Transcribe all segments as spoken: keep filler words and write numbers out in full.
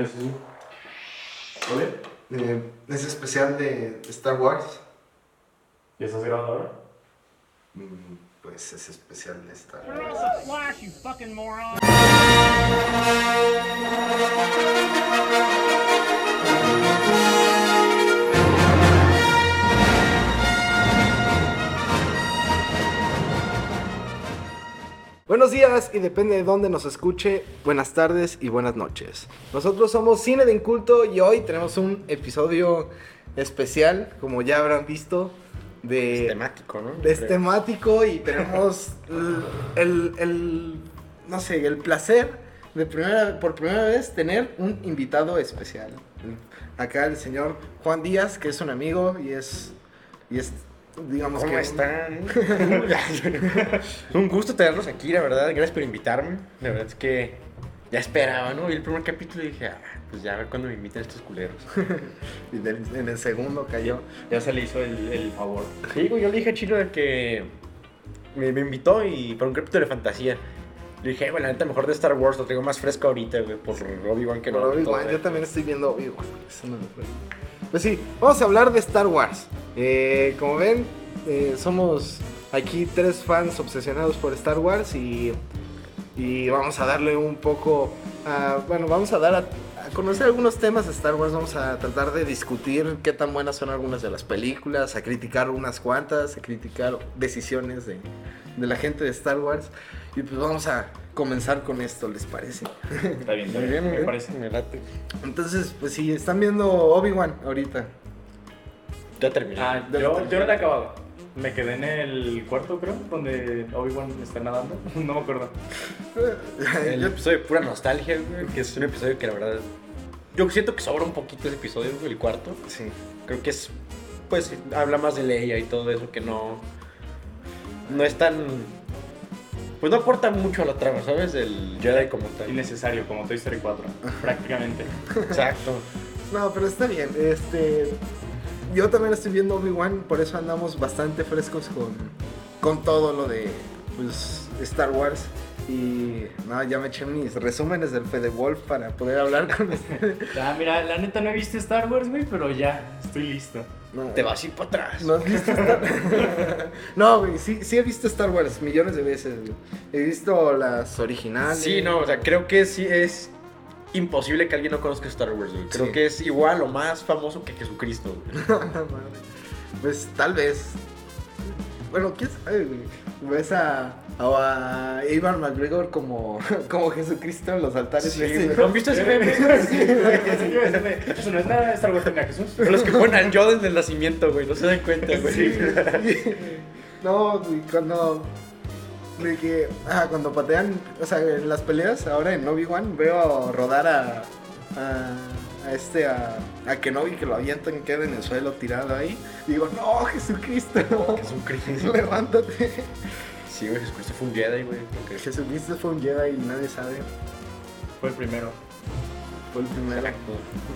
¿Qué es eso? ¿Vale? Eh, es especial de Star Wars. ¿Ya estás grabando ahora? Mm, Pues es especial de Star Turn Wars. off the flash, you fucking moron! Buenos días y depende de dónde nos escuche, buenas tardes y buenas noches. Nosotros somos Cine de Inculto y hoy tenemos un episodio especial, como ya habrán visto, de... Es temático, ¿no? Es Creo. temático y tenemos el, el, el, no sé, el placer de primera, por primera vez tener un invitado especial. Acá el señor Juan Díaz, que es un amigo y es, y es digamos ¿Cómo que... están? Un gusto tenerlos aquí, la verdad. Gracias por invitarme. La verdad es que ya esperaba, ¿no? Vi el primer capítulo y dije, ah, pues ya a ver cuándo me invitan estos culeros. Y del- en el segundo cayó. Ya se le hizo el, el favor. Sí, güey, yo le dije a Chino de que me, me invitó y para un capítulo de fantasía. Le dije, bueno, la neta mejor de Star Wars lo tengo más fresco ahorita, güey, por Obi-Wan que no. Por Obi-Wan, yo también estoy viendo Obi-Wan. Es una locura. Pues sí, vamos a hablar de Star Wars. Eh, como ven, eh, somos aquí tres fans obsesionados por Star Wars y, y vamos a darle un poco, a, bueno, vamos a dar a, a conocer algunos temas de Star Wars. Vamos a tratar de discutir qué tan buenas son algunas de las películas, a criticar unas cuantas, a criticar decisiones de, de la gente de Star Wars. Y pues vamos a comenzar con esto, ¿les parece? Está bien, está Muy bien, bien, muy me bien. parece. Me late. Entonces, pues si están viendo Obi-Wan ahorita. Ya terminé. Ah, yo, yo no lo he acabado. Me quedé en el cuarto, creo, donde Obi-Wan está nadando. No me acuerdo. El Yo- episodio de pura nostalgia, güey, que es un episodio que la verdad... Yo siento que sobra un poquito ese episodio, güey, el cuarto. sí. Creo que es, pues, habla más de Leia y todo eso, que no... No es tan... Pues no aporta mucho a la trama, ¿sabes? Del Jedi como tal. Innecesario, como Toy Story cuatro. Prácticamente. Exacto. No, pero está bien. Este, yo también estoy viendo Obi-Wan, por eso andamos bastante frescos con, con todo lo de pues, Star Wars. Y no, ya me eché mis resúmenes del Fede Wolf para poder hablar con ustedes. Ah, mira, la neta no he visto Star Wars, güey, pero ya, estoy listo. No, Te vas a ir para atrás. ¿No has visto Star No, güey, sí, sí he visto Star Wars millones de veces, güey. He visto las originales. Sí, no, o sea, creo que sí es imposible que alguien no conozca Star Wars, güey. Creo Sí. que es igual o más famoso que Jesucristo, güey. Pues tal vez. Bueno, ¿quién sabe, güey? Ves a, a Ivan McGregor como, como Jesucristo en los altares. Sí, de ese- güey. ¿No han visto ese meme? Eso no es nada de Star Wars tenga Jesús. Son los que ponen al Yoda en el nacimiento, güey. No se dan cuenta, güey. Sí. No, güey, cuando. De que, ah, cuando patean, o sea, en las peleas, ahora en Obi-Wan, veo rodar a. a, a este, a, a Kenobi que lo avientan y queda en el suelo tirado ahí. Y digo, no, Jesucristo, Jesucristo. levántate. Sí, güey, Jesucristo fue un Jedi, güey. creo que- Jesucristo fue un Jedi y nadie sabe. Fue el primero. Fue el primero. Exacto.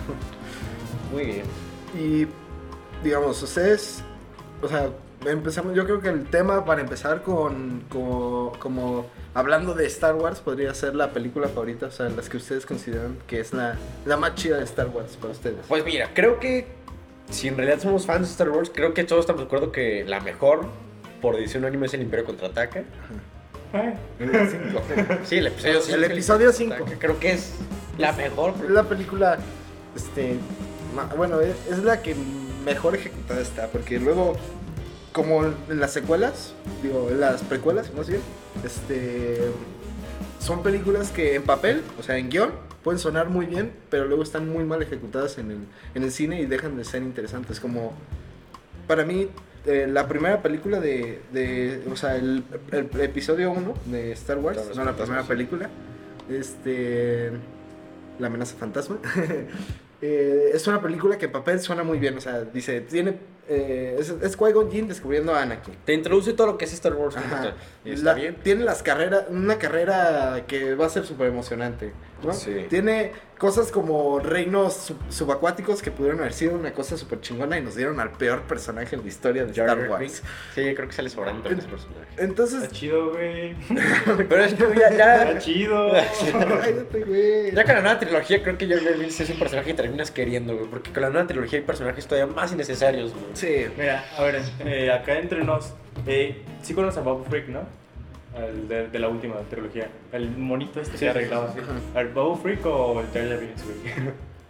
Muy bien. Y digamos, ustedes, o sea, empezamos, yo creo que el tema para empezar con, con- como hablando de Star Wars podría ser la película favorita, o sea, las que ustedes consideran que es la, la más chida de Star Wars para ustedes. Pues mira, creo que si en realidad somos fans de Star Wars, creo que todos estamos de acuerdo que la mejor por edición anime es el Imperio Contraataca. Eh, El cinco. Sí, el episodio cinco. El episodio cinco. Creo que es la mejor. Es la película, este, ma- bueno, es, es la que mejor ejecutada está, porque luego, como en las secuelas, digo, en las precuelas, más bien, este, son películas que en papel, o sea, en guión, pueden sonar muy bien, pero luego están muy mal ejecutadas en el, en el cine y dejan de ser interesantes, como, para mí, eh, la primera película de, de o sea, el, el episodio uno de Star Wars, Todos los no la fantasmas, primera sí. película, este, La amenaza fantasma, eh, es una película que en papel suena muy bien, o sea, dice, tiene Eh, es, es Qui-Gon Jinn descubriendo a Anakin. Te introduce todo lo que es Star Wars. Ajá. Y está La- bien. Tiene las carreras, una carrera que va a ser súper emocionante, ¿no? Sí. Tiene cosas como reinos sub- subacuáticos que pudieron haber sido una cosa súper chingona y nos dieron al peor personaje en la historia de Jar Star Jar Wars. Binks. Sí, creo que sale sobrando también ese personaje. Entonces, Está chido, güey. Pero es que ya, Está ya, chido. cállate, güey. ya con la nueva trilogía creo que Jar Jar Binks es un personaje que terminas queriendo, güey. Porque con la nueva trilogía hay personajes todavía más innecesarios, güey. Sí, Mira, a ver, eh, acá entre nos, eh, sí conoces a Babu Frick, ¿no? El de, de la última trilogía. El monito este Sí, que sí, arreglaba sí, así. sí. ¿El Babu Frick o el Jar Jar Binks, güey?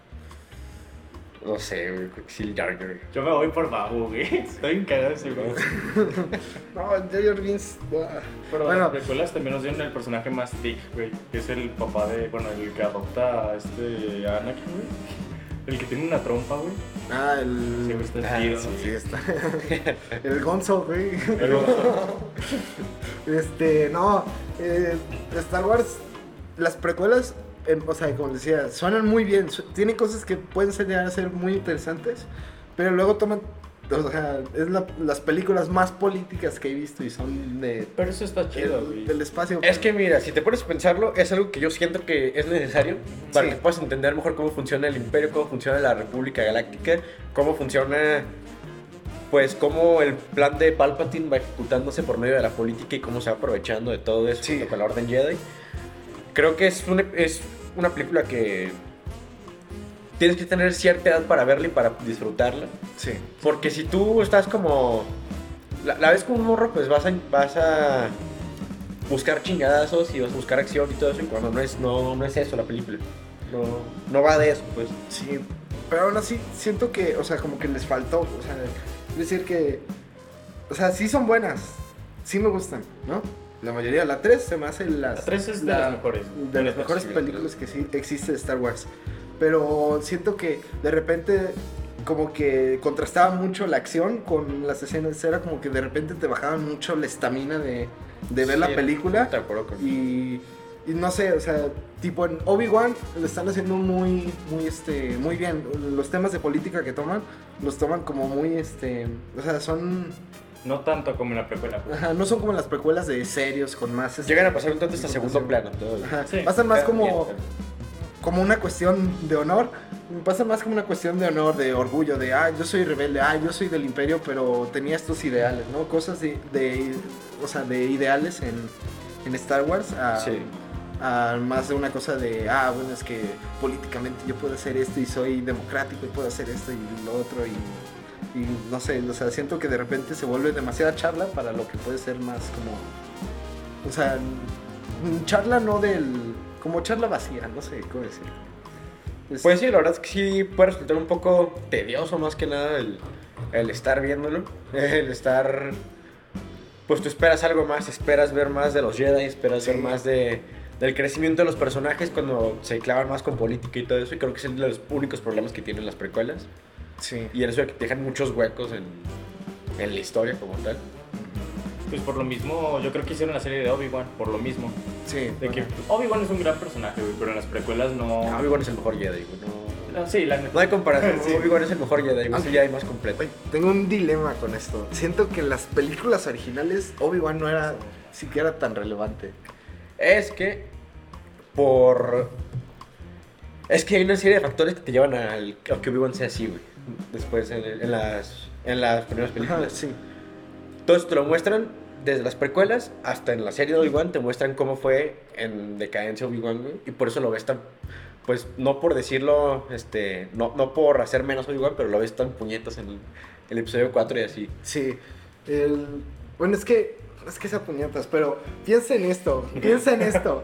No sé, güey. Creo que sí, el Jar Jar. Yo me voy por Babu, güey. Estoy encagado ese, güey. no, Jar Jar Binks. ah. Pero Bueno. las precuelas también nos dieron el personaje más thick, güey. Que es el papá de, bueno, el que adopta a este a Anakin, güey. El que tiene una trompa, güey. Ah, Sí, el. güey, está Ah, chido. Sí, sí, está. El Gonzo, güey. Pero, Este, no. eh, Star Wars, las precuelas, em, o sea, como decía, suenan muy bien. su- Tienen cosas que pueden ser, llegar a ser muy interesantes, pero luego toman. O sea, es la- las películas más políticas que he visto y son de. pero eso está chido, el- güey. del espacio. Es que mira, si te pones a pensarlo, es algo que yo siento que es necesario para Sí. que puedas entender mejor cómo funciona el Imperio, cómo funciona la República Galáctica, cómo funciona, pues, cómo el plan de Palpatine va ejecutándose por medio de la política y cómo se va aprovechando de todo eso Sí. junto con la Orden Jedi. Creo que es una, es una película que tienes que tener cierta edad para verla y para disfrutarla. Sí. Porque si tú estás como. La, la ves como un morro, pues vas a, vas a buscar chingadazos y vas a buscar acción y todo eso. Y cuando no es, no, no es eso la película. No, no va de eso, pues. Sí, pero aún así siento que, o sea, como que les faltó, o sea, es decir que, o sea, sí son buenas, sí me gustan, ¿no? La mayoría, la tres se me hace las... La tres es de la- las mejores. De las Sí, mejores sí, la películas que sí existe de Star Wars, pero siento que de repente como que contrastaba mucho la acción con las escenas, era como que de repente te bajaban mucho la estamina de, de ver la Sí, película. Te acuerdo con. Y, y no sé, o sea, tipo en Obi-Wan lo están haciendo muy, muy, este, muy bien. Los temas de política que toman, los toman como muy, este, o sea, son, No tanto como en la precuela. güey. ajá, no son como las precuelas de serios con más, este, Llegan a pasar un tanto hasta segundo plano. Todo. ajá, Sí, pasan más Pero como, bien, como una cuestión de honor, pasa más como una cuestión de honor, de orgullo, de, ah, yo soy rebelde, ah, yo soy del imperio, pero tenía estos ideales, ¿no? Cosas de, de o sea, de ideales en, en Star Wars. a- Sí. a más de una cosa de, ah, bueno, es que políticamente yo puedo hacer esto y soy democrático y puedo hacer esto y lo otro y, y no sé, o sea, siento que de repente se vuelve demasiada charla para lo que puede ser más como, o sea, mm, charla no del, como charla vacía, no sé cómo decir. Es- Pues sí, la verdad es que sí puede resultar un poco tedioso más que nada el, el estar viéndolo. El estar. Pues tú esperas algo más, esperas ver más de los Jedi, esperas Sí. ver más de, del crecimiento de los personajes cuando se clavan más con política y todo eso. Y creo que es uno de los únicos problemas que tienen las precuelas. sí. Y el hecho de que te dejan muchos huecos en, en la historia como tal. Pues por lo mismo, yo creo que hicieron la serie de Obi-Wan, por lo mismo. Sí, De que pues, Obi-Wan es un gran personaje, güey, pero en las precuelas no... No, Obi-Wan es el mejor Jedi, güey. No, No, sí, la no hay comparación. Sí. Obi-Wan es el mejor Jedi, güey, es el Aunque- Jedi más completo. Güey, tengo un dilema con esto. Siento que en las películas originales Obi-Wan no era siquiera tan relevante. Es que por... Es que hay una serie de factores que te llevan al, a que Obi-Wan sea así, güey. Después en, el- en las, en las primeras películas. Ajá, sí. Todo esto te lo muestran desde las precuelas hasta en la serie de Obi-Wan. Te muestran cómo fue en decadencia Obi-Wan, güey. Y por eso lo ves tan... Pues no por decirlo, este... No, no por hacer menos Obi-Wan, pero lo ves tan puñetas en el, el episodio cuatro y así. Sí. El... Bueno, es que... Es que esa puñetas, pero piensa en esto. Piensa en esto.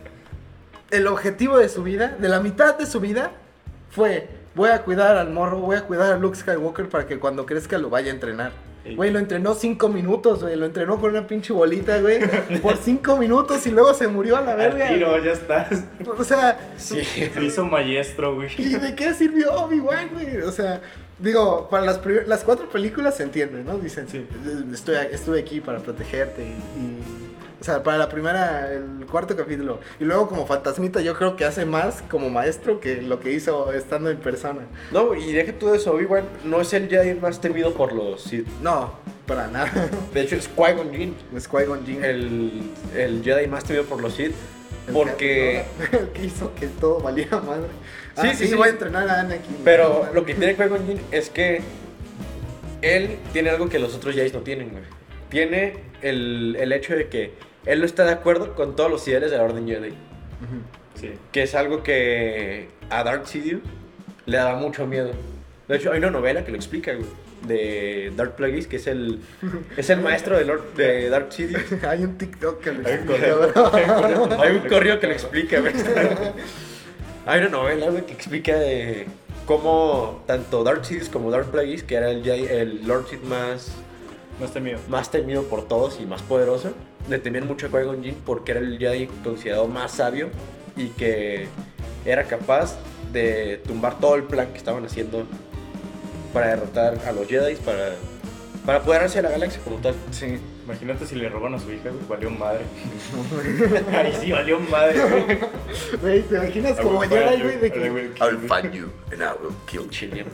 El objetivo de su vida, de la mitad de su vida, fue... Voy a cuidar al morro, voy a cuidar a Luke Skywalker para que cuando crezca lo vaya a entrenar. Sí. Güey, lo entrenó cinco minutos, güey. Lo entrenó con una pinche bolita, güey. Por cinco minutos y luego se murió a la verga. Al tiro, ya estás. O sea, Sí. Se hizo maestro, güey. ¿y de qué sirvió Obi-Wan, güey? O sea, digo, para las, primer- las cuatro películas se entiende, ¿no? Dicen, Sí. estoy, estuve aquí para protegerte y, y O sea, para la primera, el cuarto capítulo. Y luego como fantasmita yo creo que hace más como maestro que lo que hizo estando en persona. No, y deja tú eso, Obi-Wan no es el Jedi más temido por los Sith. No, para nada. De hecho, es Qui-Gon Jinn, Es Qui-Gon Jinn. el, el Jedi más temido por los Sith. El Porque... que, el que hizo que todo valía madre. Sí, Ah, sí, sí. voy a entrenar a Anakin. Pero lo que tiene Qui-Gon Jinn es que él tiene algo que los otros Jedi no tienen, güey. Tiene el, el hecho de que él no está de acuerdo con todos los ideales de la Orden Jedi. Ujú. Sí. Que es algo que a Darth Sidious le daba mucho miedo. De hecho, hay una novela que lo explica, güey, de Darth Plagueis, que es el, es el maestro de, Lord, de Darth Sidious. Hay un TikTok que lo Hay un explica, correo. bro. Hay un correo que lo explica, güey. Hay una novela, güey, que explica de cómo tanto Darth Sidious como Darth Plagueis, que era el, Jedi- el Lord Sith más, No está mío. más temido por todos y más poderoso, le temían mucho a Qui-Gon Jinn porque era el Jedi considerado más sabio y que era capaz de tumbar todo el plan que estaban haciendo para derrotar a los Jedi, para, para apoderarse de la galaxia como tal. Sí. Imagínate si le roban a su hija, güey. Valió madre. Ahí sí, valió madre, güey. Güey, ¿te imaginas I como will Jedi, find güey? you, De and I que... will kill I'll you. find you and I will kill Chilean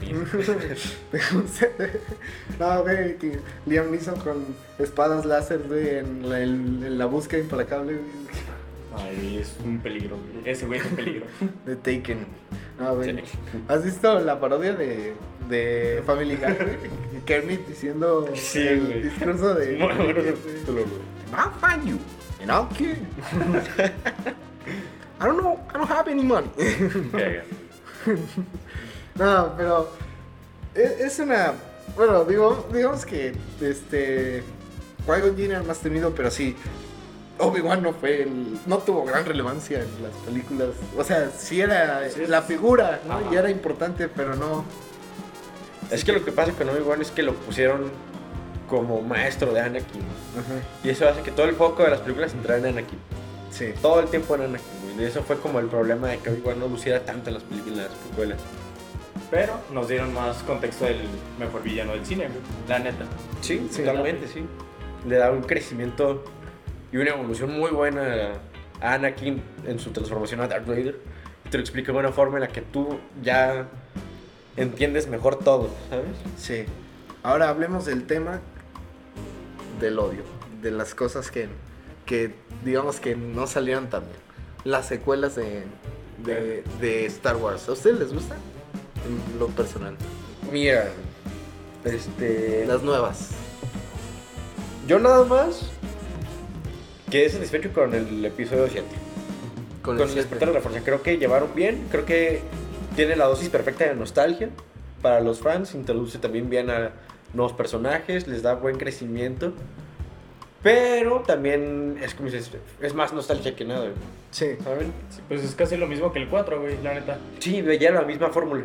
No, güey, que Liam Neeson con espadas láser, güey, en la, en, en la búsqueda implacable, güey, Ay, es un peligro, güey. Ese güey es un peligro. de Taken. No, güey. Sí. ¿Has visto la parodia de, de Family Guy, güey? Kermit diciendo Sí, el güey. discurso de... Muy bueno, de- te lo juro. I'll find you and I'll kill you. I don't know, I don't have any money. Verga. No, pero es, es una, bueno, digo, digamos que este Qui-Gon Jinn era el más temido, pero sí, Obi-Wan no fue el, no tuvo gran relevancia en las películas. O sea, sí era Sí, la figura, ¿no? ajá. Y era importante, pero no. Es que lo que pasa con Obi-Wan es que lo pusieron como maestro de Anakin. Ajá. Y eso hace que todo el foco de las películas entrara en Anakin. Sí. Todo el tiempo en Anakin. güey. Y eso fue como el problema de que Obi-Wan no luciera tanto en las películas, en las precuelas. Pero nos dieron más contexto del mejor villano del cine, güey. La neta. Sí, Sí. totalmente, sí. Le da un crecimiento y una evolución muy buena a Anakin en su transformación a Darth Vader. Y te lo explica de una forma en la que tú ya entiendes mejor todo, ¿sabes? Sí. Ahora hablemos del tema del odio, de las cosas que, que digamos que no salieron tan bien. Las secuelas de, de, de Star Wars. ¿A ustedes les gusta? En lo personal. Mira, este... Las nuevas. Yo nada más quedé satisfecho con el episodio siete. Con, Con el despertar de la fuerza. Creo que llevaron bien. Creo que tiene la dosis perfecta de nostalgia para los fans. Introduce también bien a nuevos personajes. Les da buen crecimiento. Pero también es como dices, es más nostalgia que nada, Sí. ¿saben? Sí, pues es casi lo mismo que el cuatro, güey, la neta. Sí, ya la misma fórmula.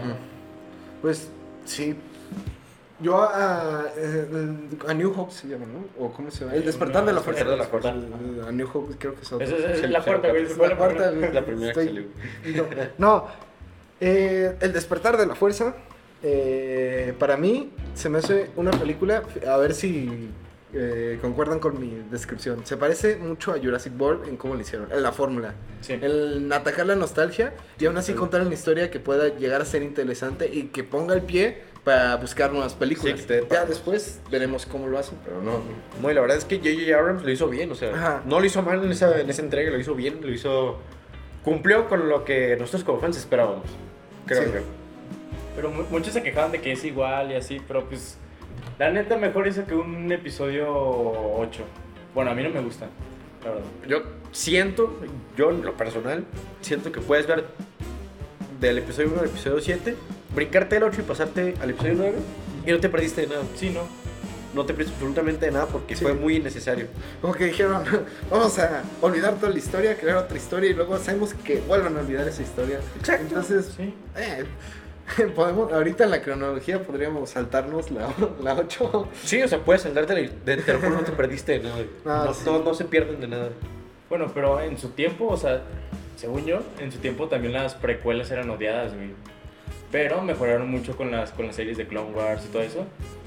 Pues sí. Yo a, a New Hope se llama, ¿no? ¿O cómo se llama? El despertar No, de la el fuerza. despertar de la El- A New Hope creo que es otro. Esa es, es Sí, la sí, cuarta, güey. Es fue la cuarta, primera. güey. La primera que Estoy- salió. No, eh, El despertar de la fuerza, eh, para mí se me hace una película, a ver si eh, concuerdan con mi descripción. Se parece mucho a Jurassic World en cómo lo hicieron, en la fórmula. Sí. El atacar la nostalgia y aún así contar una historia que pueda llegar a ser interesante y que ponga el pie para buscar nuevas películas. Sí, que te- Ya después veremos cómo lo hacen, pero no. No, y la verdad es que J J Abrams lo hizo bien, o sea, Ajá. no lo hizo mal en esa, en esa entrega, lo hizo bien, lo hizo... Cumplió con lo que nosotros como fans esperábamos, creo Sí. que. Pero mu- muchos se quejaban de que es igual y así, pero pues la neta mejor eso que un episodio ocho. Bueno, a mí no me gusta, la verdad. Yo siento, yo en lo personal, siento que puedes ver del episodio uno al episodio siete, brincarte el ocho y pasarte al episodio nueve y no te perdiste de nada. Sí, ¿no? No te perdiste absolutamente de nada porque Sí. fue muy innecesario. Como que dijeron, vamos a olvidar toda la historia, crear otra historia y luego hacemos que vuelvan a olvidar esa historia. Exacto. Entonces, Sí. eh, podemos, ahorita en la cronología podríamos saltarnos la, la ocho. Sí, o sea, puedes saltarte de, de, te lo juro, no te perdiste de nada. Ah, no, sí. no, no se pierden de nada. Bueno, pero en su tiempo, o sea, según yo, en su tiempo también las precuelas eran odiadas, güey. Pero mejoraron mucho con las, con las series de Clone Wars y todo eso.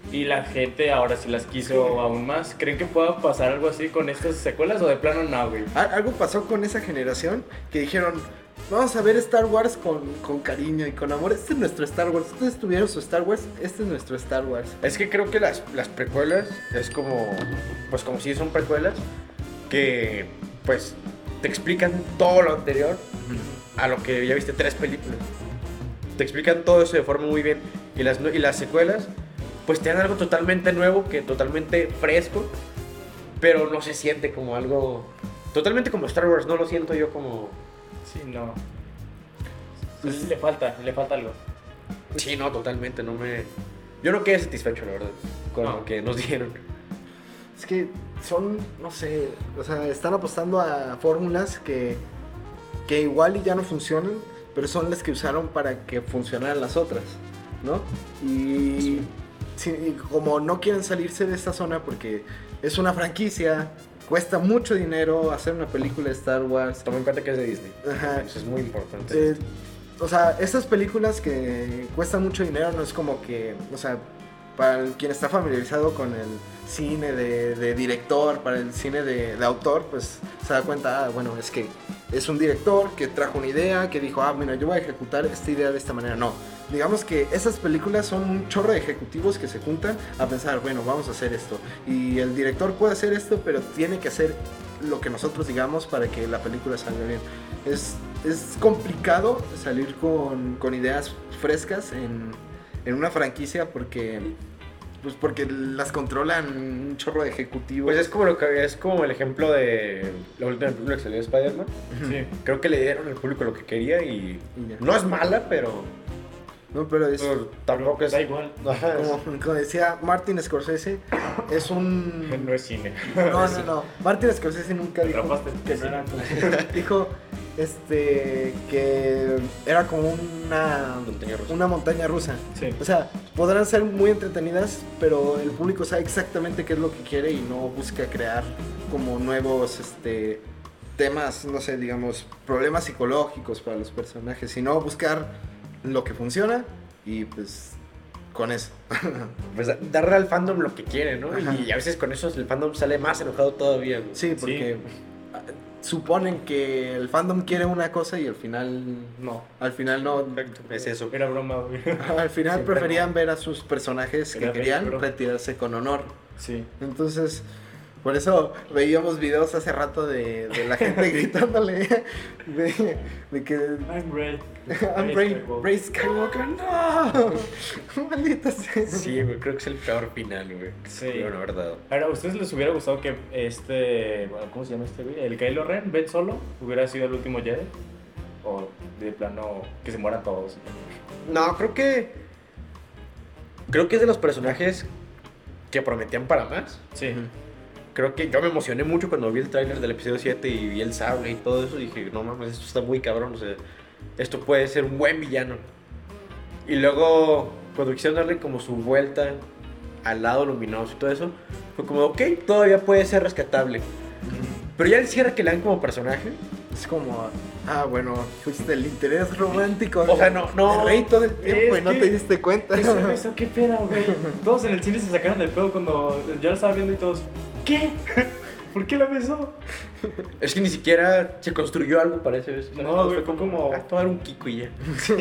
y la gente ahora sí las quiso aún más. ¿Creen que pueda pasar algo así con estas secuelas o de plano no, güey? Al- Algo pasó con esa generación que dijeron, vamos a ver Star Wars con, con cariño y con amor. Este es nuestro Star Wars. Ustedes tuvieron su Star Wars, este es nuestro Star Wars. Es que creo que las, las precuelas es como, pues como si son precuelas que, pues, te explican todo lo anterior a lo que ya viste tres películas. Te explican todo eso de forma muy bien. Y las, nue- y las secuelas, pues te dan algo totalmente nuevo, que totalmente fresco, pero no se siente como algo totalmente como Star Wars. No lo siento yo como... Sí, no. Pues le falta, le falta algo. Sí, no, totalmente, no me... Yo no quedé satisfecho, la verdad, con No. lo que nos dieron. Es que son, no sé, o sea, están apostando a fórmulas que, que igual y ya no funcionan, pero son las que usaron para que funcionaran las otras, ¿no? Y, sí, y como no quieren salirse de esta zona porque es una franquicia, cuesta mucho dinero hacer una película de Star Wars. Toma en cuenta que es de Disney. Ajá. Eso es muy importante. Eh, o sea, estas películas que cuestan mucho dinero no es como que, o sea, para el- quien está familiarizado con el cine de, de director, para el cine de, de autor, pues se da cuenta, ah, bueno, es que es un director que trajo una idea, que dijo, ah, mira, yo voy a ejecutar esta idea de esta manera. No, digamos que esas películas son un chorro de ejecutivos que se juntan a pensar, bueno, vamos a hacer esto. Y el director puede hacer esto, pero tiene que hacer lo que nosotros digamos para que la película salga bien. Es, es complicado salir con, con ideas frescas en, en una franquicia porque, pues porque las controlan un chorro de ejecutivos. Pues es como, lo que, es como el ejemplo de la última película que salió de Spider-Man. Sí. Creo que le dieron al público lo que quería y Y ya. no es mala, pero, No, pero es... pero tampoco es... Da igual. Ajá, es- Como, como decía Martin Scorsese, es un... No es cine. No, no, no. Martin Scorsese nunca Te dijo atrapaste. que Sí. no era. Dijo este que era como una Montaña rusa. una montaña rusa. Sí. O sea, podrán ser muy entretenidas, pero el público sabe exactamente qué es lo que quiere y no busca crear como nuevos este temas, no sé, digamos, problemas psicológicos para los personajes, sino buscar lo que funciona y pues con eso. Pues da- darle al fandom lo que quiere, ¿no? Ajá. Y a veces con eso el fandom sale más enojado todavía. güey. Sí, porque ah, suponen que el fandom quiere una cosa y al final No. al final no. Perfecto, es eso. Era broma, güey. Al final Siempre preferían ver a sus personajes que Era querían retro. retirarse con honor. Sí. Entonces, por eso veíamos videos hace rato de, de la gente gritándole de, de que I'm Ray. I'm Rey, Rey Skywalker, no, maldita sea. Sí, güey, creo que es el peor final, güey. Sí. Pero la verdad. Ahora, ¿a ustedes les hubiera gustado que este, bueno, ¿cómo se llama este güey? El Kylo Ren, Ben Solo, hubiera sido el último Jedi? O de plano que se mueran todos. No, creo que. Creo que es de los personajes que prometían para más. Sí. Creo que yo me emocioné mucho cuando vi el tráiler del episodio siete y vi el sable y todo eso. Y dije, no mames, esto está muy cabrón. O sea, esto puede ser un buen villano. Y luego, cuando quisieron darle como su vuelta al lado luminoso y todo eso, fue como, ok, todavía puede ser rescatable. Pero ya el cierre que le dan como personaje, Es como, ah, bueno, fuiste el interés romántico. O sea, no- no- de Rey todo el tiempo Es y no que- te diste cuenta. Eso, eso, qué pena, güey. Todos en el cine se sacaron del pedo cuando ya lo estaba viendo y todos, ¿qué? ¿Por qué la besó? es que ni siquiera se construyó algo para ese beso. No, güey, fue como- Ah, todo era un Kiko y ya.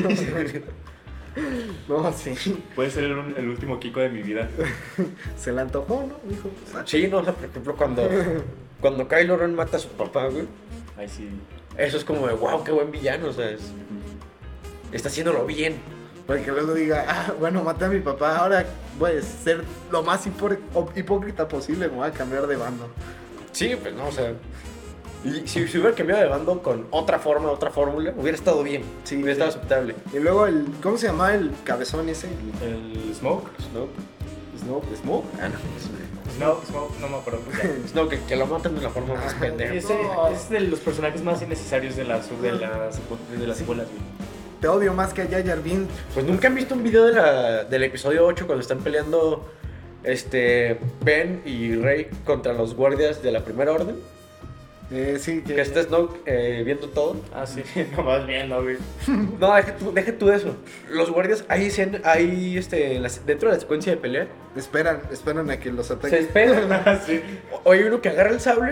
No, sí, Puede ser el, el último Kiko de mi vida. se le antojó, ¿no? Dijo, ah, Sí, no, o sea, por ejemplo, cuando, cuando Kylo Ren mata a su papá, güey. Ay, sí. Eso es como de, wow, qué buen villano, o sea, es- está haciéndolo bien. para que luego diga, ah, bueno, maté a mi papá, ahora voy a ser lo más hipó- hipócrita posible, me voy a cambiar de bando. Sí, pues no, o sea. Y si se hubiera cambiado de bando con otra forma, otra fórmula, hubiera estado bien. Sí, hubiera sí. estado aceptable. Y luego el, ¿cómo se llama el cabezón ese? El Smoke. Snoke. Snow, Smoke. Ah, no. Snoke, Smoke, no me acuerdo. pues ya. Snoke, que, que lo matan de la forma más Ah, pendeja. Ese es de los personajes más innecesarios de las, de las, de las Sí. secuelas, güey. Te odio más que a Jar Jar Binks. Pues nunca han visto un video de la, del episodio ocho cuando están peleando este Ben y Rey contra los guardias de la Primera Orden. Eh, sí, Que está Snoke eh, viendo todo. Ah, sí, nomás viendo, güey. No, deja tú, deja tú de eso. Los guardias, ahí, escen- ahí este, en la- dentro de la secuencia de pelea, Esperan, esperan a que los se ataquen. esperan. Ah, sí. O hay uno que agarra el sable,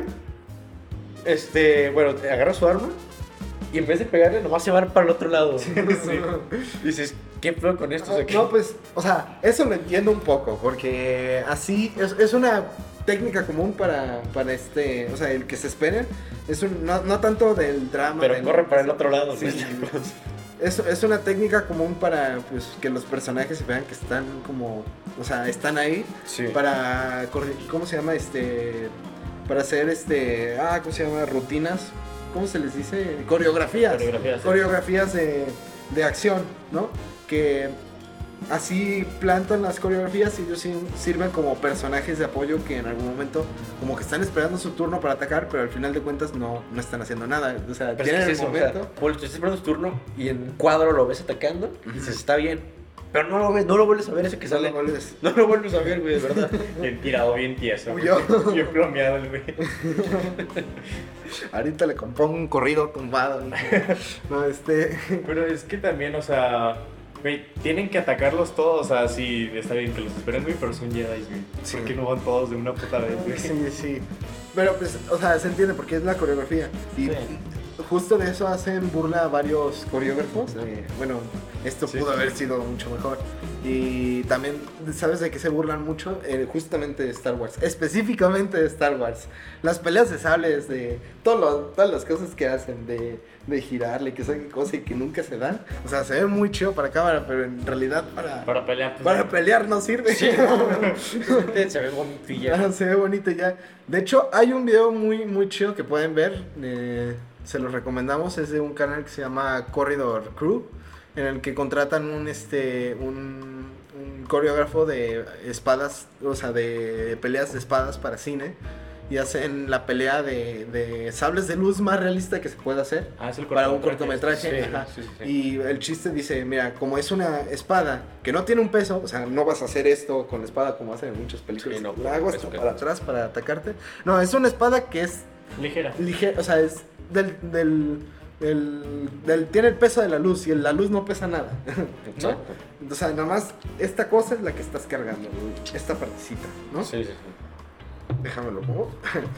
este, bueno, agarra su arma y en vez de pegarle, nomás se va para el otro lado. Sí. Dices, ¿qué pedo con esto? O sea, ¿qué- No, pues, o sea, eso lo entiendo un poco, porque así es, es una técnica común para, para este, o sea, el que se esperen, es un, no, no tanto del drama. Pero del- corre para el otro lado. Sí. pues. Es, es una técnica común para pues, que los personajes se vean que están como, o sea, están ahí Sí. para, corre- ¿cómo se llama? Este, para hacer este, ah, ¿cómo se llama? Rutinas, ¿cómo se les dice? Coreografías. Coreografías, sí. Coreografías de, de acción, ¿no? Que así plantan las coreografías y ellos sí sirven como personajes de apoyo que en algún momento como que están esperando su turno para atacar, pero al final de cuentas no, no están haciendo nada. O sea, Pero tienen es que el es eso, o sea, momento. Paul, tú estás esperando tu turno y en cuadro lo ves atacando y dices, está bien. Pero no lo ves, no lo vuelves a ver ese que no sale. lo vuelves. No lo vuelves a ver, güey, de verdad. Bien tirado, bien tieso. güey. Huyó. Bien plomeado el güey. Ahorita le compongo un corrido tumbado. No, no este. Pero es que también, o sea, güey, tienen que atacarlos todos. O sea, sí, está bien que los esperen, güey, pero son Jedi, güey. Sí. ¿Por qué no van todos de una puta vez, güey? Sí, sí. Pero pues, o sea, se entiende porque es la coreografía. Y Sí. justo de eso hacen burla a varios coreógrafos. Eh, bueno, esto Sí, pudo sí. haber sido mucho mejor. Y también, ¿sabes de qué se burlan mucho? Eh, justamente de Star Wars. Específicamente de Star Wars. Las peleas de sables, de todo lo- todas las cosas que hacen, de, de girarle, que sabe qué cosa y que nunca se dan. O sea, se ve muy chido para cámara, pero en realidad para, para, Para pelear, pues. pelear no sirve. Se ve bonito y ya. Ah, se ve bonito ya. De hecho, hay un video muy, muy chido que pueden ver. eh, se los recomendamos. Es de un canal que se llama Corridor Crew. En el que contratan un este un, un coreógrafo de espadas, o sea, de peleas de espadas para cine. Y hacen la pelea de, de sables de luz más realista que se puede hacer. Ah, es el Para un cortometraje. cortometraje. Sí, ajá. sí, sí, sí. Y el chiste dice, mira, como es una espada que no tiene un peso, o sea, no vas a hacer esto con la espada como hacen en muchas películas. Sí, no, la hago peso hasta que para no. atrás para atacarte. No, es una espada que es Ligera. ligera, o sea, es del, del, del, del- tiene el peso de la luz y la luz no pesa nada. Exacto. ¿No? O sea, nada más esta cosa es la que estás cargando, esta partecita, ¿no? Sí, sí, sí. Déjamelo pongo.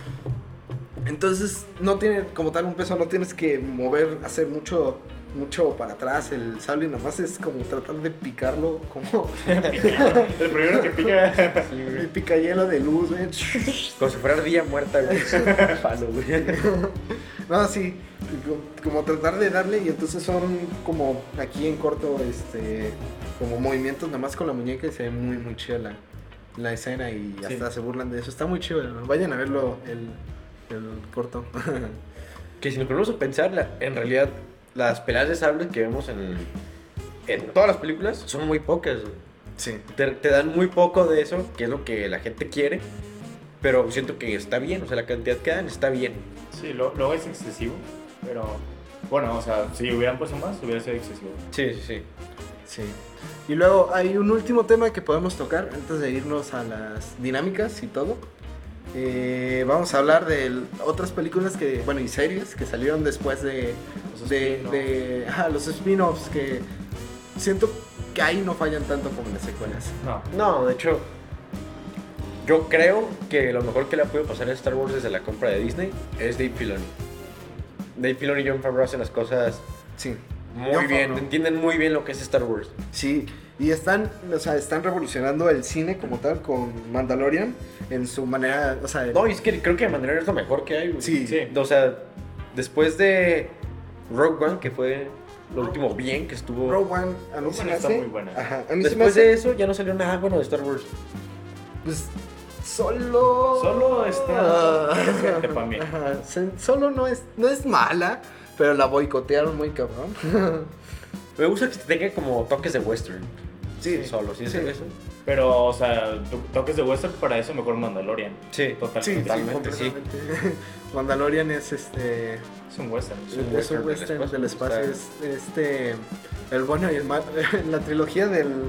Entonces no tiene como tal un peso, no tienes que mover, hacer mucho, mucho para atrás el sable, nada más es como tratar de picarlo como El primero que pica. el picayelo de luz, güey. Como si fuera ardilla muerta, güey. Palo, güey. No, sí, como, como tratar de darle y entonces son como aquí en corto, este, como movimientos nada más con la muñeca y se ve muy, muy chida la, la escena y Sí. hasta se burlan de eso. Está muy chido, ¿no? Vayan a verlo el, el corto. Que si nos ponemos a pensar, la- en realidad, las peleas de sables que vemos en, en todas las películas son muy pocas, güey. Sí. Te, te dan muy poco de eso, que es lo que la gente quiere, pero siento que está bien, o sea, la cantidad que dan está bien. Sí, lo- luego es excesivo. Pero bueno, o sea, si hubieran puesto más, hubiera sido excesivo. Sí, sí, sí. Sí. Y luego hay un último tema que podemos tocar antes de irnos a las dinámicas y todo. Eh, vamos a hablar de l- otras películas que, bueno, y series que salieron después de, Los de, spin-offs. de- ajá, los spin-offs que siento que ahí no fallan tanto como en las secuelas. No. No, de hecho, yo creo que lo mejor que le ha podido pasar a Star Wars desde la compra de Disney es Dave Filoni. Dave Filoni y Jon Favreau hacen las cosas Sí. muy Jon bien, Favreau. entienden muy bien lo que es Star Wars. Sí, y están, o sea, están revolucionando el cine como tal con Mandalorian en su manera, o sea, No, y es que creo que Mandalorian es lo mejor que hay, güey. Sí. Sí. O sea, después de Rogue One, que fue lo último bien que estuvo. Rogue One a mí Rogue se One me está hace- muy buena. Ajá, a mí se me Después hace, de eso ya no salió nada bueno de Star Wars. pues, solo... Solo está decente pa' mí. Ajá, se- solo no es, no es mala, pero la boicotearon muy cabrón. Me gusta que tenga como toques de western. Sí, Solo, ¿sí es sí. eso? Pero, o sea, to- toques de western, para eso mejor Mandalorian. Sí. Total, Sí, sí, Totalmente, sí. completamente. Mandalorian es este... Es un western. Es un Es un western del western espacio, del espacio, o es este... El bueno y el mal. La trilogía del,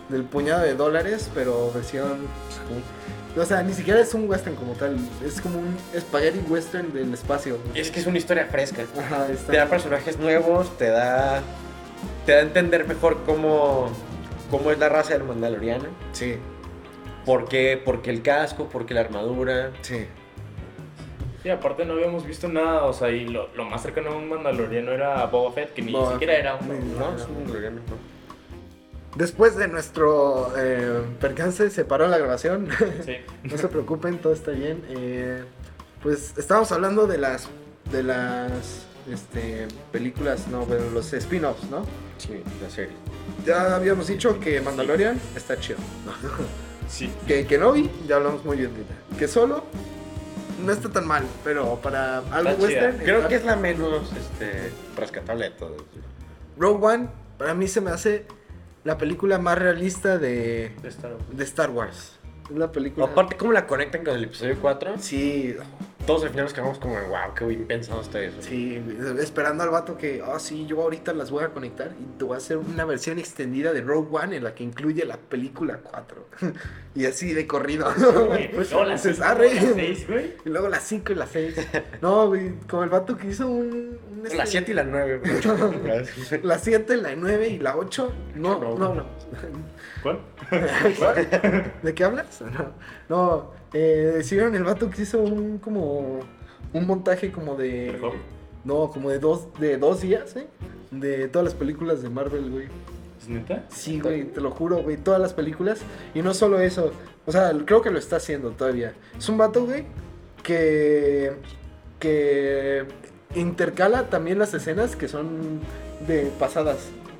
del puñado de dólares, pero versión... O sea, ni siquiera es un western como tal, es como un spaghetti western del espacio. Es que es una historia fresca. Ajá, está... Te da personajes nuevos, te da... Te da a entender mejor cómo, cómo es la raza del Mandaloriano. Sí. ¿Por qué? Porque el casco, porque la armadura. Sí. Sí, aparte no habíamos visto nada, o sea, y lo, lo más cercano a un mandaloriano era Boba Fett, que ni Boba siquiera Fett. era un... No, es un Mandaloriano, no. Después de nuestro eh, percance se paró la grabación. Sí. No se preocupen, todo está bien. Eh, pues estábamos hablando de las de las este, películas, no, bueno, los spin-offs, ¿no? Sí, la serie. Ya habíamos dicho que Mandalorian está chido. Sí. Que Kenobi, ya hablamos muy bien de ella. Que Solo no está tan mal, pero para algo Está chida. western. Creo está- que es la menos este, rescatable de todas. Rogue One, para mí se me hace la película más realista de, De Star Wars. de Star Wars. Es la película. Aparte, ¿cómo la conectan con el episodio cuatro? Sí, Todos al final nos quedamos como, wow, qué bien pensado está eso. sí, esperando al vato que, ah, sí, yo ahorita las voy a conectar y te voy a hacer una versión extendida de Rogue One en la que incluye la película cuatro. Y así de corrido. Pues no, las Dices, cinco, "Arre". las seis, güey. Y luego las cinco y las seis. No, güey, como el vato que hizo un... un La este- siete y la nueve. La siete, la nueve y la ocho. No, No. no, no. ¿Cuál? ¿De qué hablas? No, no eh, ¿sí vieron el vato que hizo un como un montaje como de ¿El Hobbit? no, como de dos de dos días, ¿eh? De todas las películas de Marvel, güey. ¿Es neta? Sí, güey, te lo juro, güey, todas las películas y no solo eso, o sea, creo que lo está haciendo todavía. Es un vato, güey, que que intercala también las escenas que son de pasadas.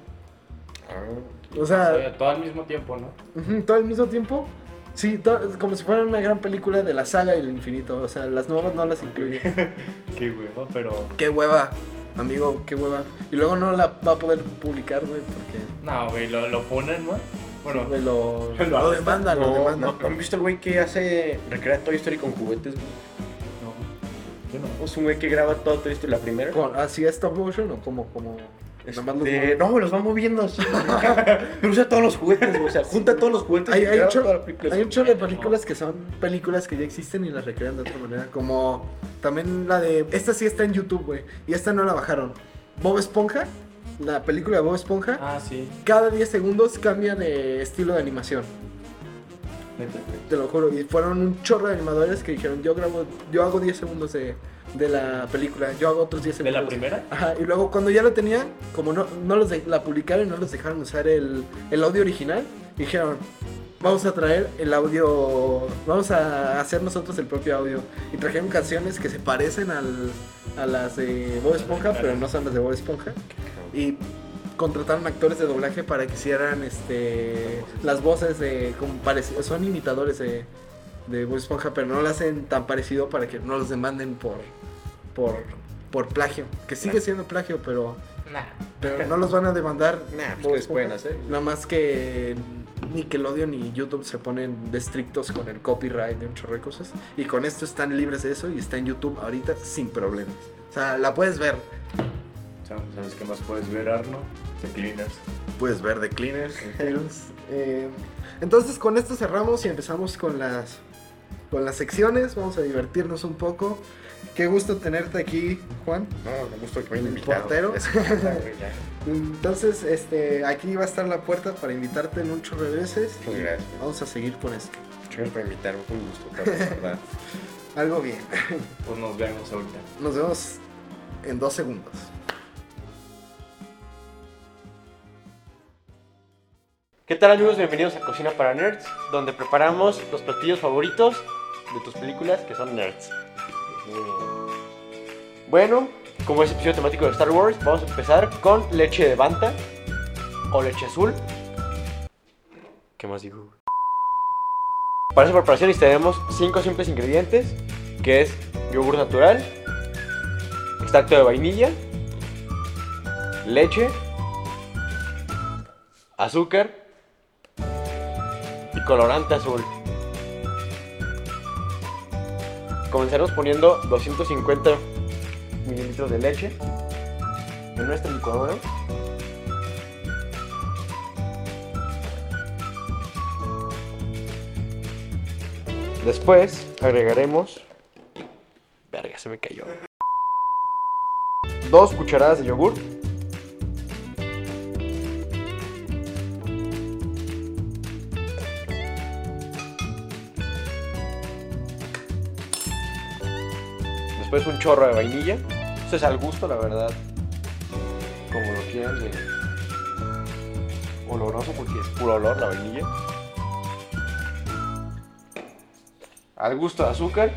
O O sea, sea, todo al mismo tiempo, ¿no? ujú, todo al mismo tiempo. Sí, to- como si fuera una gran película de la saga y el infinito. O sea, las nuevas no las incluye. Qué huevo, pero... Qué hueva, amigo, qué hueva. Y luego no la va a poder publicar, güey, porque No, güey, lo, lo ponen, ¿no? Bueno, güey, lo, lo lo arrestan. demandan, lo No, demandan. no, ¿han visto el güey que hace, recrea Toy Story con juguetes? güey? no. Yo no. Es un güey que graba todo Toy Story, la primera. Con- ¿Así es stop motion o como, como Este, nada más los mueve? no, los va moviendo así. Pero usa todos los juguetes, güey, o sea, junta todos los juguetes. Hay, y hay, graba un chorro, toda la película. hay un chorro de películas que son películas que ya existen y las recrean de otra manera. Como también la de... Esta sí está en YouTube, güey. Y esta no la bajaron. Bob Esponja, la película de Bob Esponja. Ah, sí. Cada diez segundos cambia de estilo de animación. Neta. Te lo juro. Y fueron un chorro de animadores que dijeron, yo grabo, yo hago diez segundos de, de la película, yo hago otros diez ¿De segundos. la primera? Ajá, y luego cuando ya lo tenían, como no, no los de- la publicaron y no los dejaron usar el, el audio original, dijeron, vamos a traer el audio, vamos a hacer nosotros el propio audio. Y trajeron canciones que se parecen al, a las de Bob Esponja, pero no son las de Bob Esponja. Y contrataron actores de doblaje para que hicieran este las voces de como parecido, son imitadores de, de Bob Esponja, pero no lo hacen tan parecido para que no los demanden por por por plagio, que sigue siendo plagio, pero Nah. pero no los van a demandar. Nah, pues Bob que les pueden Esponja. hacer. Nada más que Nickelodeon y YouTube se ponen de estrictos con el copyright de un chorro de cosas, y con esto están libres de eso y está en YouTube ahorita sin problemas. O sea, la puedes ver. ¿Sabes qué más puedes ver, Arno? The Cleaners. Puedes ver The Cleaners. Eh, entonces con esto cerramos y empezamos con las con las secciones. Vamos a divertirnos un poco. Qué gusto tenerte aquí, Juan. No, me gusta que me hayan El invitado. portero. Es que, güey, ya. Entonces, este, aquí va a estar la puerta para invitarte en un chorro de veces. Muchas gracias. Vamos a seguir con esto. Muchas gracias por invitarme, fue un gusto, Carlos, la verdad. Algo bien. Pues nos vemos ahorita. Nos vemos en dos segundos. ¿Qué tal, amigos? Bienvenidos a Cocina para Nerds, donde preparamos los platillos favoritos de tus películas que son nerds. Bueno, como es episodio temático de Star Wars, vamos a empezar con leche de Banta o leche azul. ¿Qué más digo? Para esa preparación necesitaremos cinco simples ingredientes, que es yogur natural, extracto de vainilla, leche, azúcar y colorante azul. Comenzaremos poniendo doscientos cincuenta mililitros de leche en nuestra licuadora. Después agregaremos... Verga, se me cayó. Dos cucharadas de yogur. Después un chorro de vainilla. Esto es al gusto, la verdad. Como lo quieran. De... oloroso porque es puro olor la vainilla. Al gusto de azúcar.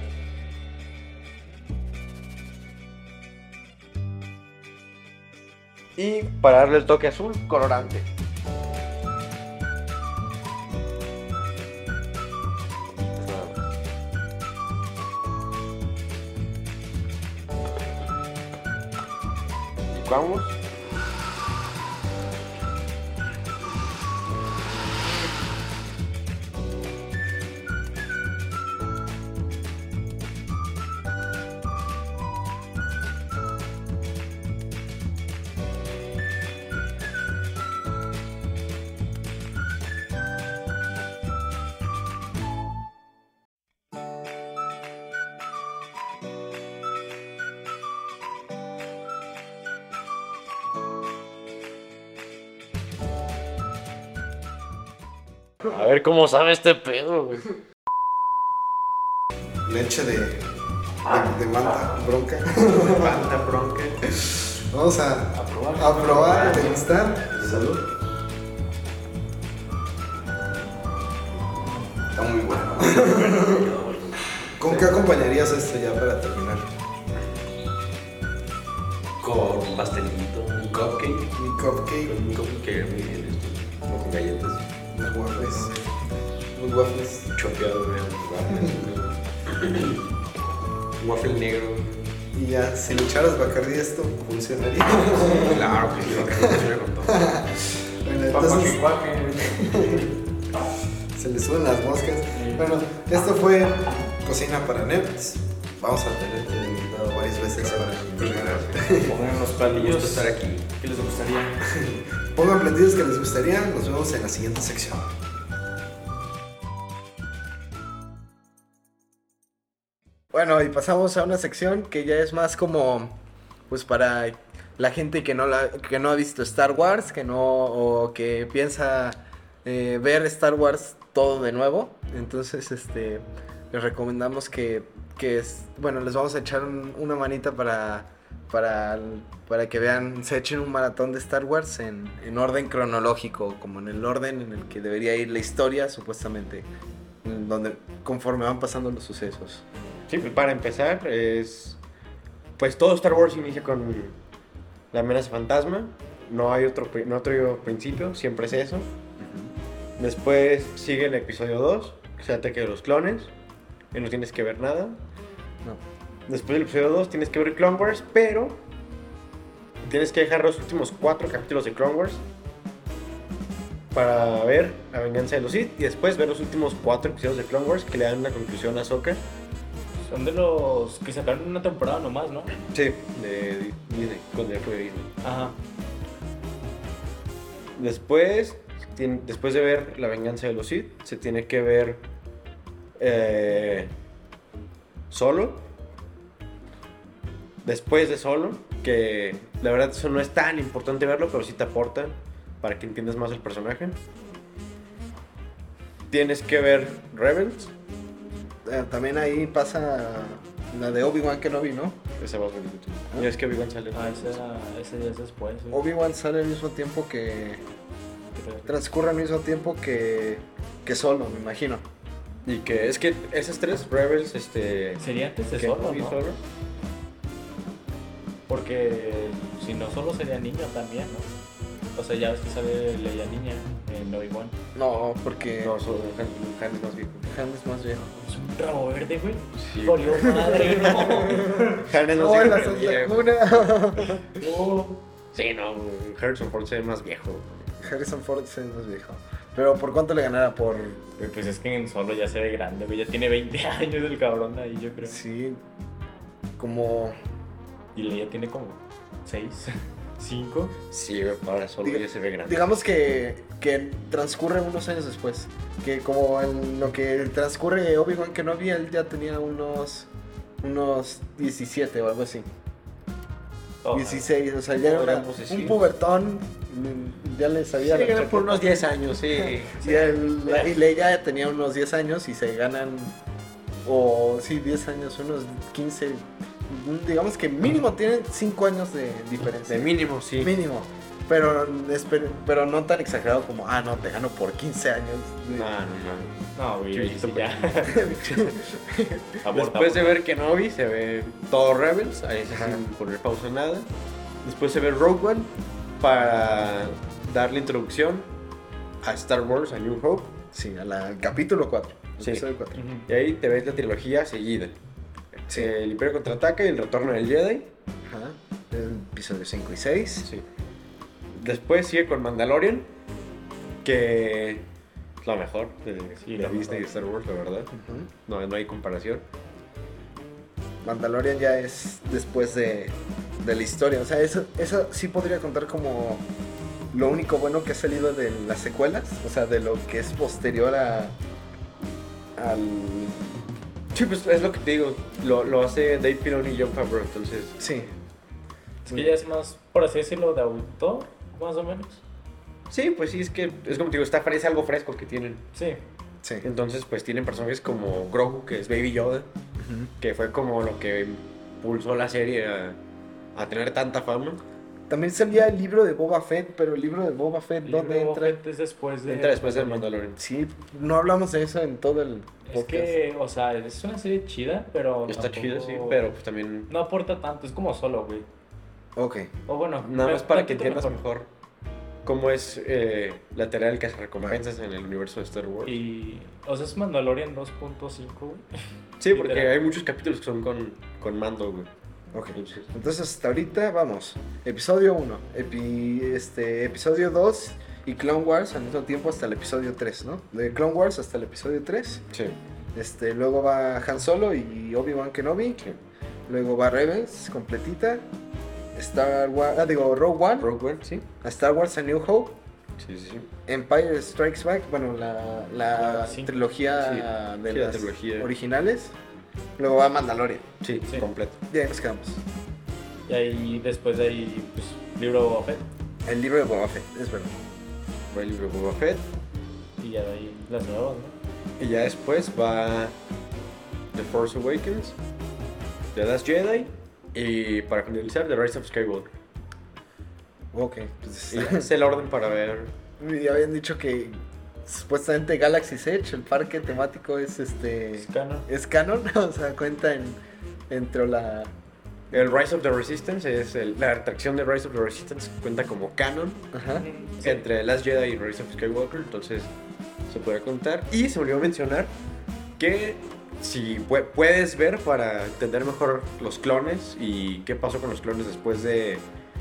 Y para darle el toque azul, colorante. Licuamos. A ver cómo sabe este pedo, güey. Leche de, de, de manta bronca. Manta bronca. Vamos a, A probar. a probar, a degustar. Salud. Está muy bueno. ¿Con qué acompañarías esto ya para terminar? Con pastelito, un cupcake. Mi cupcake, Un cupcake muy bien esto. Como con galletas. unos waffles. Unos waffles. Chopeado, güey. Un waffle negro. Y ya, si le echaras Bacardí esto, funcionaría. Claro que sí, que funciona con todo. Bueno, entonces se le suben las moscas. Bueno, esto fue Cocina para Nerds. Vamos a tener que invitado varias veces para Pongan los Un platillos gusto estar aquí. que les gustaría. Pongan platillos que les gustaría. Nos vemos en la siguiente sección. Bueno, y pasamos a una sección que ya es más como, pues para la gente que no la, que no ha visto Star Wars, que no, o que piensa eh, ver Star Wars todo de nuevo. Entonces, este, les recomendamos que, que es, bueno, les vamos a echar un- una manita para, para, para que vean, se echen un maratón de Star Wars en, en orden cronológico, como en el orden en el que debería ir la historia, supuestamente, en donde conforme van pasando los sucesos. Sí, pues para empezar, es. Pues todo Star Wars inicia con la amenaza fantasma. No hay otro, pri- no otro principio, siempre es eso. Después sigue el episodio dos, que es el ataque de los clones. Y no tienes que ver nada. No. Después del episodio dos tienes que ver Clone Wars, pero tienes que dejar los últimos cuatro capítulos de Clone Wars para ver la venganza de los Sith. Y después ver los últimos cuatro episodios de Clone Wars que le dan una conclusión a Ahsoka. Son de los que sacaron una temporada nomás, ¿no? Sí, de Disney, con el de Disney. Ajá. Después, tien- después de ver La venganza de los Sith, se tiene que ver eh, Solo. Después de Solo, que la verdad eso no es tan importante verlo, pero sí te aporta para que entiendas más el personaje. Tienes que ver Rebels, Eh, también ahí pasa la de Obi-Wan Kenobi, ¿no? esa va a ser Y es que Obi-Wan sale. Ah, ese, era, ese ya es después. güey. Obi-Wan sale al mismo tiempo que... Creo. transcurre al mismo tiempo que... que Solo, me imagino. Y que es que esas tres Rebels, este... Sería antes de Kenobi, Solo, ¿no? Solo. Porque si no solo sería niño también, ¿no? O sea, ya ves que sale Leia niña en Obi-Wan. No, porque No, solo Han, Han es más viejo. Han es más viejo. Es un rabo verde, güey. Sí. Por Dios, madre, no. Han es más ¡Oh, viejo. la pero Santa viejo. Cuna! No. Sí, no, Harrison Ford se ve más viejo. Harrison Ford es más viejo. Pero ¿por cuánto le ganara? Por... Güey, pues es que en Solo ya se ve grande, güey. Ya tiene veinte años el cabrón ahí, yo creo. Sí, como... Y Leia tiene como seis, cinco. Sí, para solo Diga- ya se ve grande. digamos que que transcurre unos años después. Que como en lo que transcurre Obi-Wan Kenobi, él ya tenía unos, unos diecisiete o algo así. Oh, dieciséis, o sea, ya era una- Podríamos decir. un pubertón, mm, ya le sabía. Sí, la ganan por chaqueta. unos diez años, sí. Y, el- la- y Leia ya tenía unos diez años y se ganan, o sí, diez años, unos quince, mm, digamos que mínimo tienen cinco años de diferencia. De mínimo, sí. Mínimo. Pero, esper- pero no tan exagerado como, ah, no, te gano por quince años. No, no, no. No, güey, ahí sí ya. Aborta, Después de aborta. ver Kenobi se ve todo Rebels, ahí sí Ajá. sin poner pausa en nada. Después se ve Rogue One para darle introducción a Star Wars, a New Hope. Sí, a la- al capítulo cuatro. Sí. Episodio cuatro. Ujú. Y ahí te ves la trilogía seguida. Sí. El Imperio Contraataca y el Retorno del Jedi. Ajá. El episodio cinco y seis. Sí. Después sigue con Mandalorian, que es la mejor de, Sí, de la Disney y mejor. Star Wars, la verdad. Ujú. No, no hay comparación. Mandalorian ya es después de, de la historia. O sea, eso, eso sí podría contar como lo único bueno que ha salido de las secuelas. O sea, de lo que es posterior a. Al. Sí, pues es lo que te digo. Lo, lo hace Dave Filoni y Jon Favreau, entonces. Sí. Es que ya es más, por así decirlo, de autor, más o menos. Sí, pues sí, es que es como te digo, está, es algo fresco que tienen. Sí. Sí. Entonces, pues tienen personajes como Grogu, que es Baby Yoda, Ujú. que fue como lo que impulsó la serie a, a tener tanta fama. También salía el libro de Boba Fett, pero el libro de Boba Fett, ¿dónde Luego entra? Fett es después de... Entra después del Mandalorian. Sí, no hablamos de eso en todo el Es podcast. que, o sea, es una serie chida, pero Está tampoco- chido, sí, pero pues también. No aporta tanto, es como solo, güey. Ok. O bueno... Nada me- más para que tantito entiendas mejor cómo es eh, la tarea del recompensas en el universo de Star Wars. Y... O sea, es Mandalorian dos punto cinco, güey. Sí, porque literal. hay muchos capítulos que son con, con Mando, güey. Ok. Entonces, Entonces hasta ahorita vamos. Episodio uno, epi- este, episodio dos y Clone Wars al mismo tiempo hasta el episodio tres, ¿no? De Clone Wars hasta el episodio tres. sí, Este, luego va Han Solo y Obi-Wan Kenobi. sí. Luego va Rebels completita. Star Wars, ah, digo Rogue One. Rogue One, sí. A Star Wars A New Hope. Sí, sí, sí. Empire Strikes Back, bueno, la, la La cinco. trilogía Sí, de sí, la las trilogía. originales. Luego va Mandalorian. Sí, Sí. completo. Y ahí nos quedamos. Y ahí, después de ahí, pues, libro de Boba Fett. El libro de Boba Fett, es verdad. Va el libro de Boba Fett. Y ya de ahí las nuevas, ¿no? Y ya después va The Force Awakens, The Last Jedi y para finalizar The Rise of Skywalker. Ok, pues Y ya es el orden para ver. y habían dicho que supuestamente Galaxy's Edge, el parque temático, es este Es canon. es canon, o sea, cuenta en entre la El Rise of the Resistance es el- la atracción de Rise of the Resistance cuenta como canon ajá. Sí. entre The Last Jedi y Rise of Skywalker, entonces se puede contar. Y se olvidó mencionar que si pu- puedes ver para entender mejor los clones y qué pasó con los clones después de,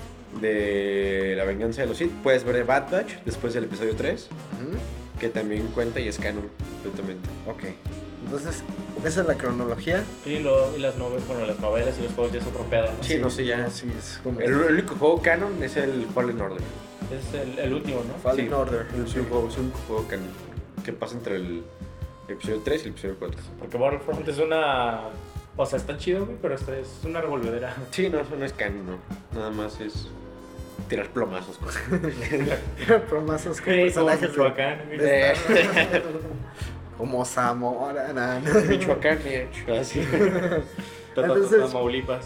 de la venganza de los Sith, puedes ver The Bad Batch después del episodio tres, Ujú. que también cuenta y es canon completamente. Ok. Entonces, esa es la cronología. Y, lo, y las novelas, bueno, las novelas y los juegos ya es otro pedo, ¿no? Sí, no sé ya. Sí, es como El, el único juego canon es el Fallen Order. Es el, el último, ¿no? Fallen Sí, Order. Es un juego, es un juego canon que pasa entre el episodio tres y el episodio cuatro. Porque Battlefront es una... O sea, está chido, güey, pero esta es una revolvedera. Sí, no, eso no es canon, no. Nada más es tirar plomazos. Cosas. Promazos con Sí, como personajes de- Michoacán, güey. de Star- como Zamora, na, na. Michoacán, de hecho, así. Entonces- Tamaulipas.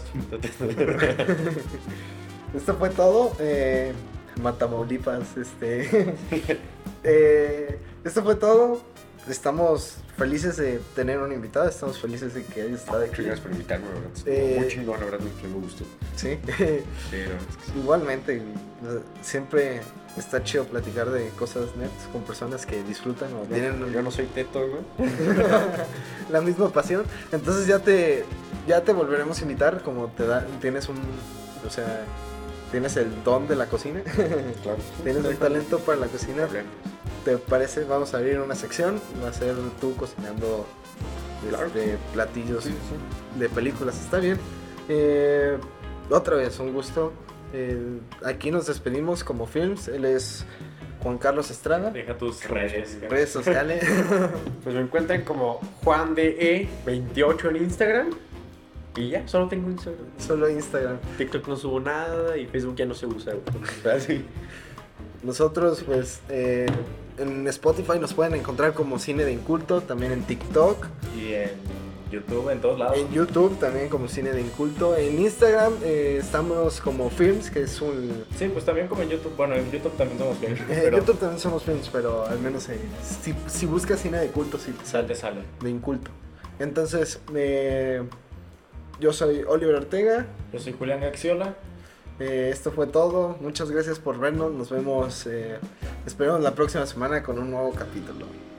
Esto fue todo. Eh, Matamaulipas, este. eh, esto fue todo. Estamos felices de tener un invitado. Estamos felices de que haya estado aquí. Gracias por invitarme, la verdad. Eh, Muy chingón, la verdad, me me gustó. Sí. Sí, la verdad es que sí. Igualmente, siempre está chido platicar de cosas nerds con personas que disfrutan o tienen Yo no soy teto, güey. la misma pasión. Entonces ya te ya te volveremos a invitar, como te da, tienes un, o sea, tienes el don de la cocina. Claro. Tienes un talento para la cocina. Problemas. ¿Te parece? Vamos a abrir una sección. Va a ser tú cocinando Claro. este, platillos Sí, sí. de películas. Está bien. Eh, otra vez, un gusto. Eh, aquí nos despedimos como Films. Él es Juan Carlos Estrada. Deja tus redes. güey. Redes sociales. Pues me encuentran como Juan D E veintiocho en Instagram. Y ya, solo tengo Instagram. Solo Instagram. TikTok no subo nada y Facebook ya no se usa. güey. Así. Nosotros, pues, eh, en Spotify nos pueden encontrar como Cine de Inculto, también en TikTok, Y en YouTube, en todos lados. en YouTube también como Cine de Inculto, en Instagram eh, estamos como Films, que es un... Sí, pues también como en YouTube. Bueno, en YouTube también somos bien. En pero YouTube también somos Films, pero al menos eh, si, si buscas Cine de Culto, sí te sale, sale, sale. de Inculto. Entonces, eh, yo soy Oliver Ortega. Yo soy Julián Gaxiola. Eh, esto fue todo. Muchas gracias por vernos. Nos vemos. Eh, esperamos la próxima semana con un nuevo capítulo.